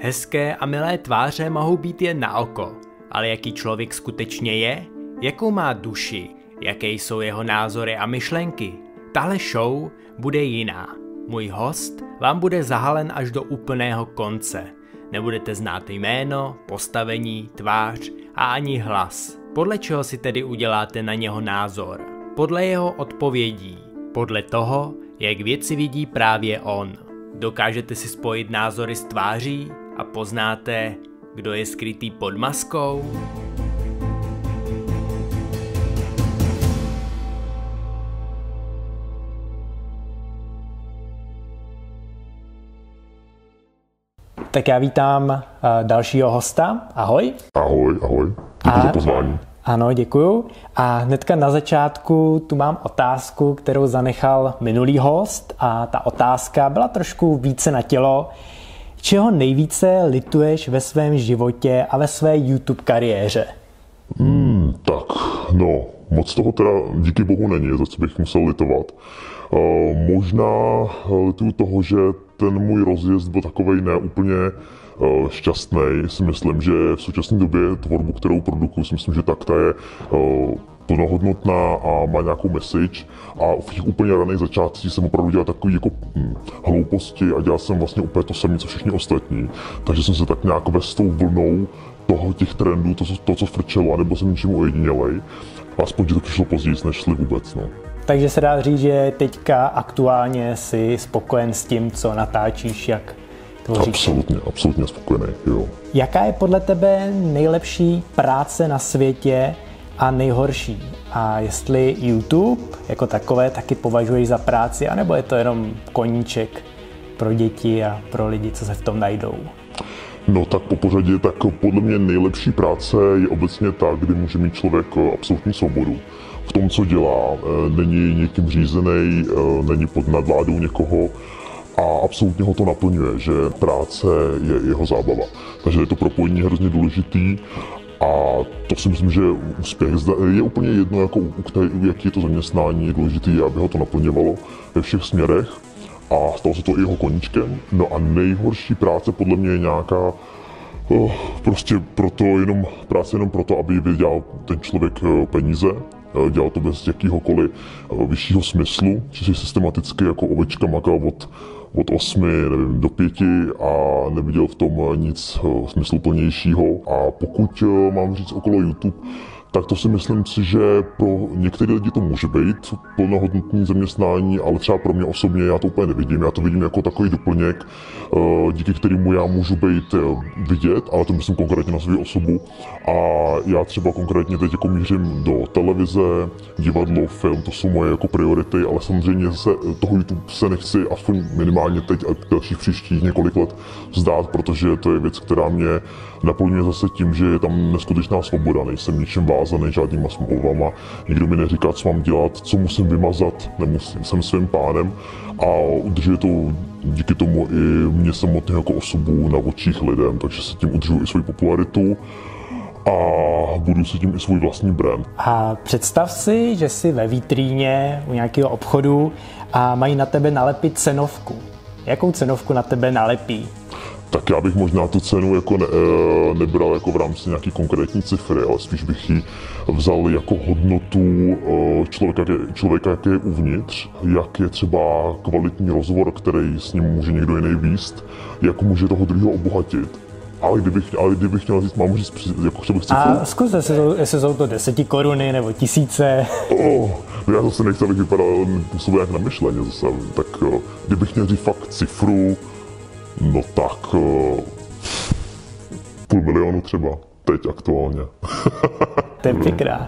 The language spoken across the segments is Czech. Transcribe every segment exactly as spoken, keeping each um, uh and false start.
Hezké a milé tváře mohou být jen na oko, ale jaký člověk skutečně je, jakou má duši, jaké jsou jeho názory a myšlenky. Tahle show bude jiná. Můj host vám bude zahalen až do úplného konce. Nebudete znát jméno, postavení, tvář a ani hlas. Podle čeho si tedy uděláte na něho názor? Podle jeho odpovědí. Podle toho, jak věci vidí právě on. Dokážete si spojit názory s tváří a poznáte, kdo je skrytý pod maskou? Tak já vítám uh, dalšího hosta. Ahoj. Ahoj, ahoj. Díky za pozvání. Ano, děkuju. A hnedka na začátku tu mám otázku, kterou zanechal minulý host a ta otázka byla trošku více na tělo. Čeho nejvíce lituješ ve svém životě a ve své YouTube kariéře? Hmm, tak, no, moc toho teda díky bohu není, za co bych musel litovat. Uh, možná lituju toho, že ten můj rozjezd byl takovej neúplně uh, šťastný. Si myslím, že v současné době tvorbu, kterou produkuju, si myslím, že tak ta je uh, plnohodnotná a má nějakou message. A v těch úplně raných začátcích jsem opravdu dělal takový jako hm, hlouposti a dělal jsem vlastně úplně to samé, co všichni ostatní. Takže jsem se tak nějak vez s tou vlnou toho těch trendů, to, to co frčelo, a nebyl jsem ničemu ojedinělej. Aspoň, že to přišlo později, než šli vůbec, no. Takže se dá říct, že teďka aktuálně jsi spokojen s tím, co natáčíš, jak tvoříš? Absolutně, absolutně spokojený, jo. Jaká je podle tebe nejlepší práce na světě a nejhorší? A jestli YouTube jako takové taky považuješ za práci, anebo je to jenom koníček pro děti a pro lidi, co se v tom najdou? No tak po pořadě, tak podle mě nejlepší práce je obecně ta, kdy může mít člověk absolutní svobodu v tom, co dělá, není někým řízený, není pod nadvládou někoho a absolutně ho to naplňuje, že práce je jeho zábava. Takže je to propojení hrozně důležitý a to si myslím, že úspěch je úplně jedno, jako u které, jaký je to zaměstnání, je důležitý, aby ho to naplňovalo ve všech směrech a stalo se to i jeho koníčkem. No a nejhorší práce podle mě je nějaká oh, prostě proto jenom, práce jenom proto, aby vydělal ten člověk peníze. Dělal to bez jakýhokoliv vyššího smyslu, že si systematicky jako ovečka makal od, od osmi nevím, do pěti a neviděl v tom nic smysluplnějšího. A pokud mám říct okolo YouTube, tak to si myslím si, že pro některé lidi to může být plnohodnotné zaměstnání, ale třeba pro mě osobně já to úplně nevidím. Já to vidím jako takový doplněk, díky kterému já můžu být vidět, ale to myslím konkrétně na svou osobu. A já třeba konkrétně teď jako mířím do televize, divadlo, film, to jsou moje jako priority, ale samozřejmě se toho YouTube se nechci aspoň minimálně teď a dalších příštích několik let vzdát, protože to je věc, která mě naplňuje zase tím, že je tam neskutečná svoboda, nejsem ničím vázaný žádnýma smlouvama, nikdo mi neříká, co mám dělat, co musím vymazat, nemusím, jsem svým pánem a udržuje to díky tomu i mě samotného jako osobu na očích lidem, takže se tím udržuji i svou popularitu a budu si tím i svůj vlastní brand. A představ si, že jsi ve vitríně u nějakého obchodu a mají na tebe nalepit cenovku. Jakou cenovku na tebe nalepí? Tak já bych možná tu cenu jako ne, nebral jako v rámci nějaký konkrétní cifry, ale spíš bych ji vzal jako hodnotu člověka, člověka, jak je uvnitř, jak je třeba kvalitní rozhovor, který s ním může někdo jiný vést, jak může toho druhého obohatit. Ale kdybych, ale kdybych chtěl říct, mám říct, jako chtěl bych cifru. A zkus, jestli jsou, jestli jsou to deseti koruny nebo tisíce. Oh, já zase nechci, abych vypadal působil jak namyšleně zase, tak kdybych měl říct fakt cifru, no tak uh, půl milionu třeba, teď aktuálně. To je pěkná.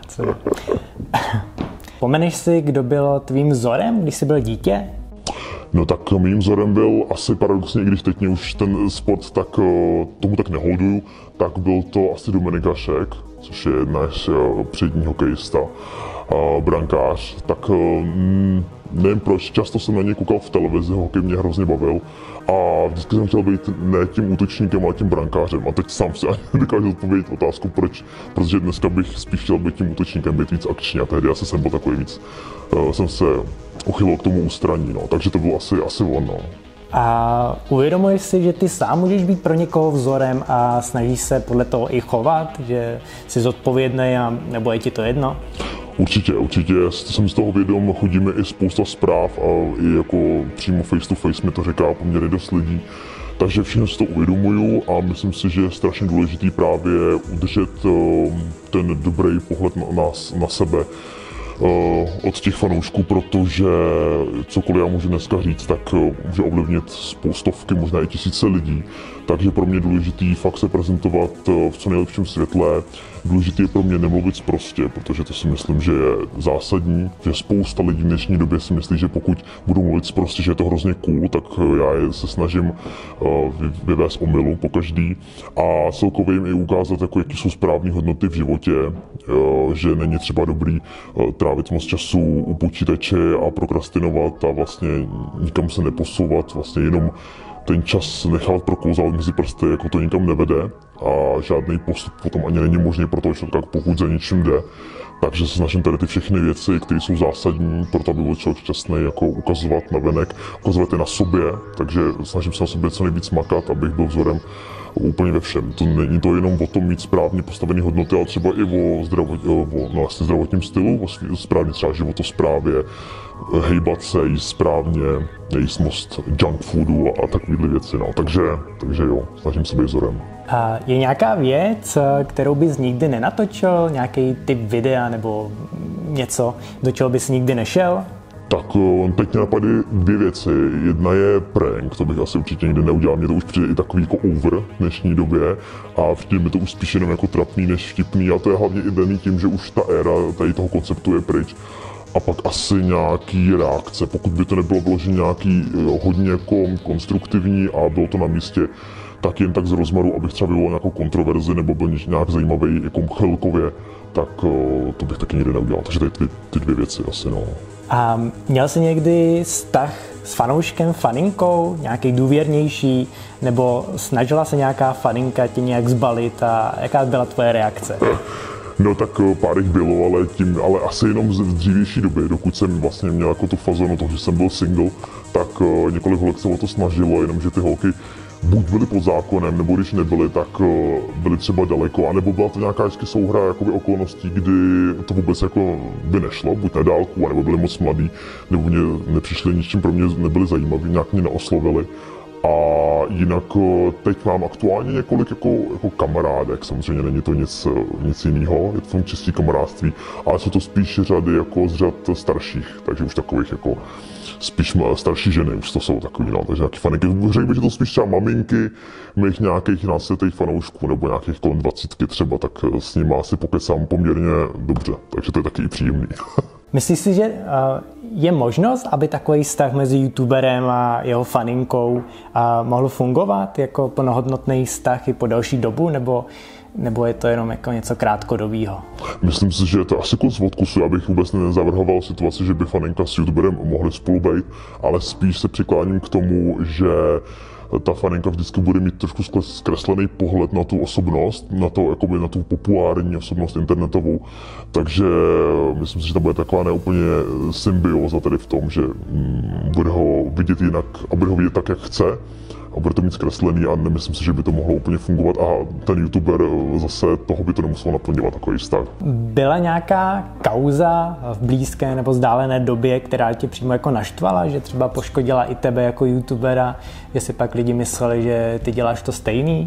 Vzpomeneš si, kdo byl tvým vzorem, když jsi byl dítě? No tak mým vzorem byl asi paradoxně, i když teď mě už ten sport tak uh, tomu tak neholduju, tak byl to asi Dominik Hašek, což je náš uh, přední hokejista, uh, brankář, tak uh, nevím proč, často jsem na něj koukal v televizi, hokej mě hrozně bavil a vždycky jsem chtěl být ne tím útočníkem, ale tím brankářem a teď sám si ani nedokážu odpovědět otázku proč, protože dneska bych spíš chtěl být tím útočníkem, být víc akční a tehdy asi jsem byl takový víc, uh, jsem se uchylil k tomu ústraní, no, takže to bylo asi, asi on, no. A uvědomuješ si, že ty sám můžeš být pro někoho vzorem a snažíš se podle toho i chovat, že jsi zodpovědný a nebo je ti to jedno? Určitě, určitě, jsem z toho vědom, chodíme i spousta zpráv a i jako přímo face to face mi to říká poměrně dost lidí. Takže všechno si to uvědomuju a myslím si, že je strašně důležitý právě udržet ten dobrý pohled na, na, na sebe od těch fanoušků, protože cokoliv já můžu dneska říct, tak může ovlivnit spoustovky, možná i tisíce lidí. Takže pro mě je důležitý fakt se prezentovat v co nejlepším světle. Důležité je pro mě nemluvit sprostě, protože to si myslím, že je zásadní, že spousta lidí v dnešní době si myslí, že pokud budou mluvit sprostě, že je to hrozně cool, tak já je se snažím vyvést omylu po každý a celkově jim i ukázat, jako, jaký jsou správné hodnoty v životě, že není třeba dobrý trávit moc času u počítače a prokrastinovat a vlastně nikam se neposouvat, vlastně jenom ten čas nechávat proklouzat mezi prsty, jako to nikam nevede a žádný postup potom ani není možný pro toho člověka, pokud za něčím jde. Takže se snažím tady ty všechny věci, které jsou zásadní pro to, aby byl člověk šťastný, jako ukazovat na venek, ukazovat je na sobě, takže snažím se na sobě co nejvíc makat, abych byl vzorem úplně ve všem. To není to jenom o tom mít správně postavené hodnoty, ale třeba i o, zdravot, o no, vlastně zdravotním stylu, o správně třeba životosprávě, hejbat se, jíst správně, nejíst moc junk foodu a, a takovýhle věci. No. Takže, takže jo, snažím se být vzorem. A je nějaká věc, kterou bys nikdy nenatočil? Nějaký typ videa nebo něco, do čeho bys nikdy nešel? Tak teď mě napadají dvě věci. Jedna je prank, to bych asi určitě nikdy neudělal. Mně to už přijde i takový jako over v dnešní době a přijde mi to už spíš jenom jako trapný než vtipný a to je hlavně i daný tím, že už ta éra tady toho konceptu je pryč. A pak asi nějaký reakce, pokud by to nebylo vložené nějaký hodně jako konstruktivní a bylo to na místě, tak jen tak z rozmaru, abych třeba vyvolal nějakou kontroverzi nebo byl nějak zajímavý jako chvilkově, tak to bych taky nikdy neudělal. Takže tady ty, ty dvě věci asi, no. A měl jsi někdy vztah s fanouškem, faninkou, nějaký důvěrnější, nebo snažila se nějaká faninka tě nějak zbalit a jaká byla tvoje reakce? No tak pár jich bylo, ale, tím, ale asi jenom z dřívější doby, dokud jsem vlastně měl jako tu fazonu toho, že jsem byl single, tak několik holek se o to snažilo, jenomže ty holky buď byly pod zákonem, nebo když nebyly, tak byly třeba daleko, anebo byla to nějaká ještě souhra jakoby okolností, kdy to vůbec jako by nešlo, buď na dálku, nebo byli moc mladí, nebo mě nepřišli ničím, pro mě nebyli zajímaví, nějak mě neoslovili. A jinak teď mám aktuálně několik jako, jako kamarádek, samozřejmě není to nic, nic jiného, je to čistý kamarádství, ale jsou to spíš řady jako z řad starších, takže už takových jako spíš starší ženy, už to jsou takový, no, takže nějaký faninky, řekl bych, že to spíš třeba maminky mých nějakých nácletých fanoušků nebo nějakých kolem dvacítky třeba, tak s nimi asi pokecám poměrně dobře, takže to je taky i příjemný. Myslíš si, že je možnost, aby takový vztah mezi youtuberem a jeho faninkou mohl fungovat jako plnohodnotný vztah i po delší dobu, nebo, nebo je to jenom jako něco krátkodobého? Myslím si, že je to asi kus od kusu, abych vůbec nezavrhoval situaci, že by faninka s youtuberem mohli spolu být, ale spíš se přikláním k tomu, že ta faninka vždycky bude mít trošku zkreslený pohled na tu osobnost, na, to, jakoby na tu populární osobnost internetovou. Takže myslím si, že to bude taková neúplně symbioza tady v tom, že mm, bude ho vidět jinak a bude ho vidět tak, jak chce. A bude to mít zkreslený a nemyslím si, že by to mohlo úplně fungovat a ten youtuber zase toho by to nemusel naplňovat, takový vztah. Byla nějaká kauza v blízké nebo vzdálené době, která tě přímo jako naštvala, že třeba poškodila i tebe jako youtubera, že si pak lidi mysleli, že ty děláš to stejný?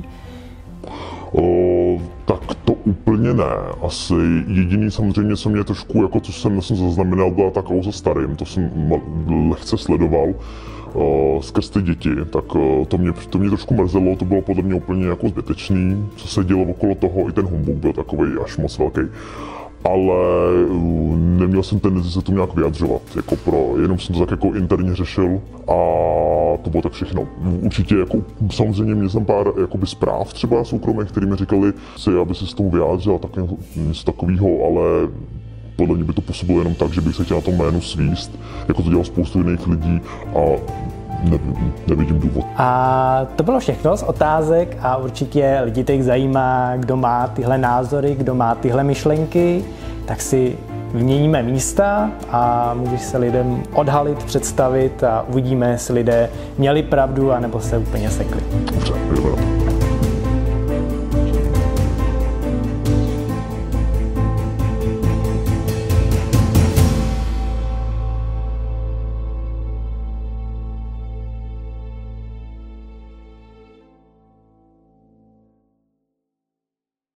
O, tak to úplně ne. Asi jediný samozřejmě, co mě trošku, jako co jsem, jsem zaznamenal, byla ta kauza starým, to jsem lehce sledoval. Uh, skrz ty děti, tak uh, to, mě, to mě trošku mrzelo, to bylo podle mě úplně jako zbytečný, co se dělo okolo toho, i ten humbuk byl takový až moc velký. Ale uh, neměl jsem tendenci se tomu nějak vyjadřovat, jako pro, jenom jsem to tak jako interně řešil a to bylo tak všechno. Určitě jako, samozřejmě měl jsem pár jakoby zpráv třeba soukromých, který mi říkali, si, aby se s tomu vyjádřil, tak něco takového, ale podle mě by to působilo jenom tak, že bych se chtěl na tom jménu svíst, jako to dělalo spoustu jiných lidí a nevím, nevidím důvod. A to bylo všechno z otázek a určitě lidi teď zajímá, kdo má tyhle názory, kdo má tyhle myšlenky, tak si vyměníme místa a můžeš se lidem odhalit, představit a uvidíme, jestli lidé měli pravdu anebo se úplně sekli. Dobře,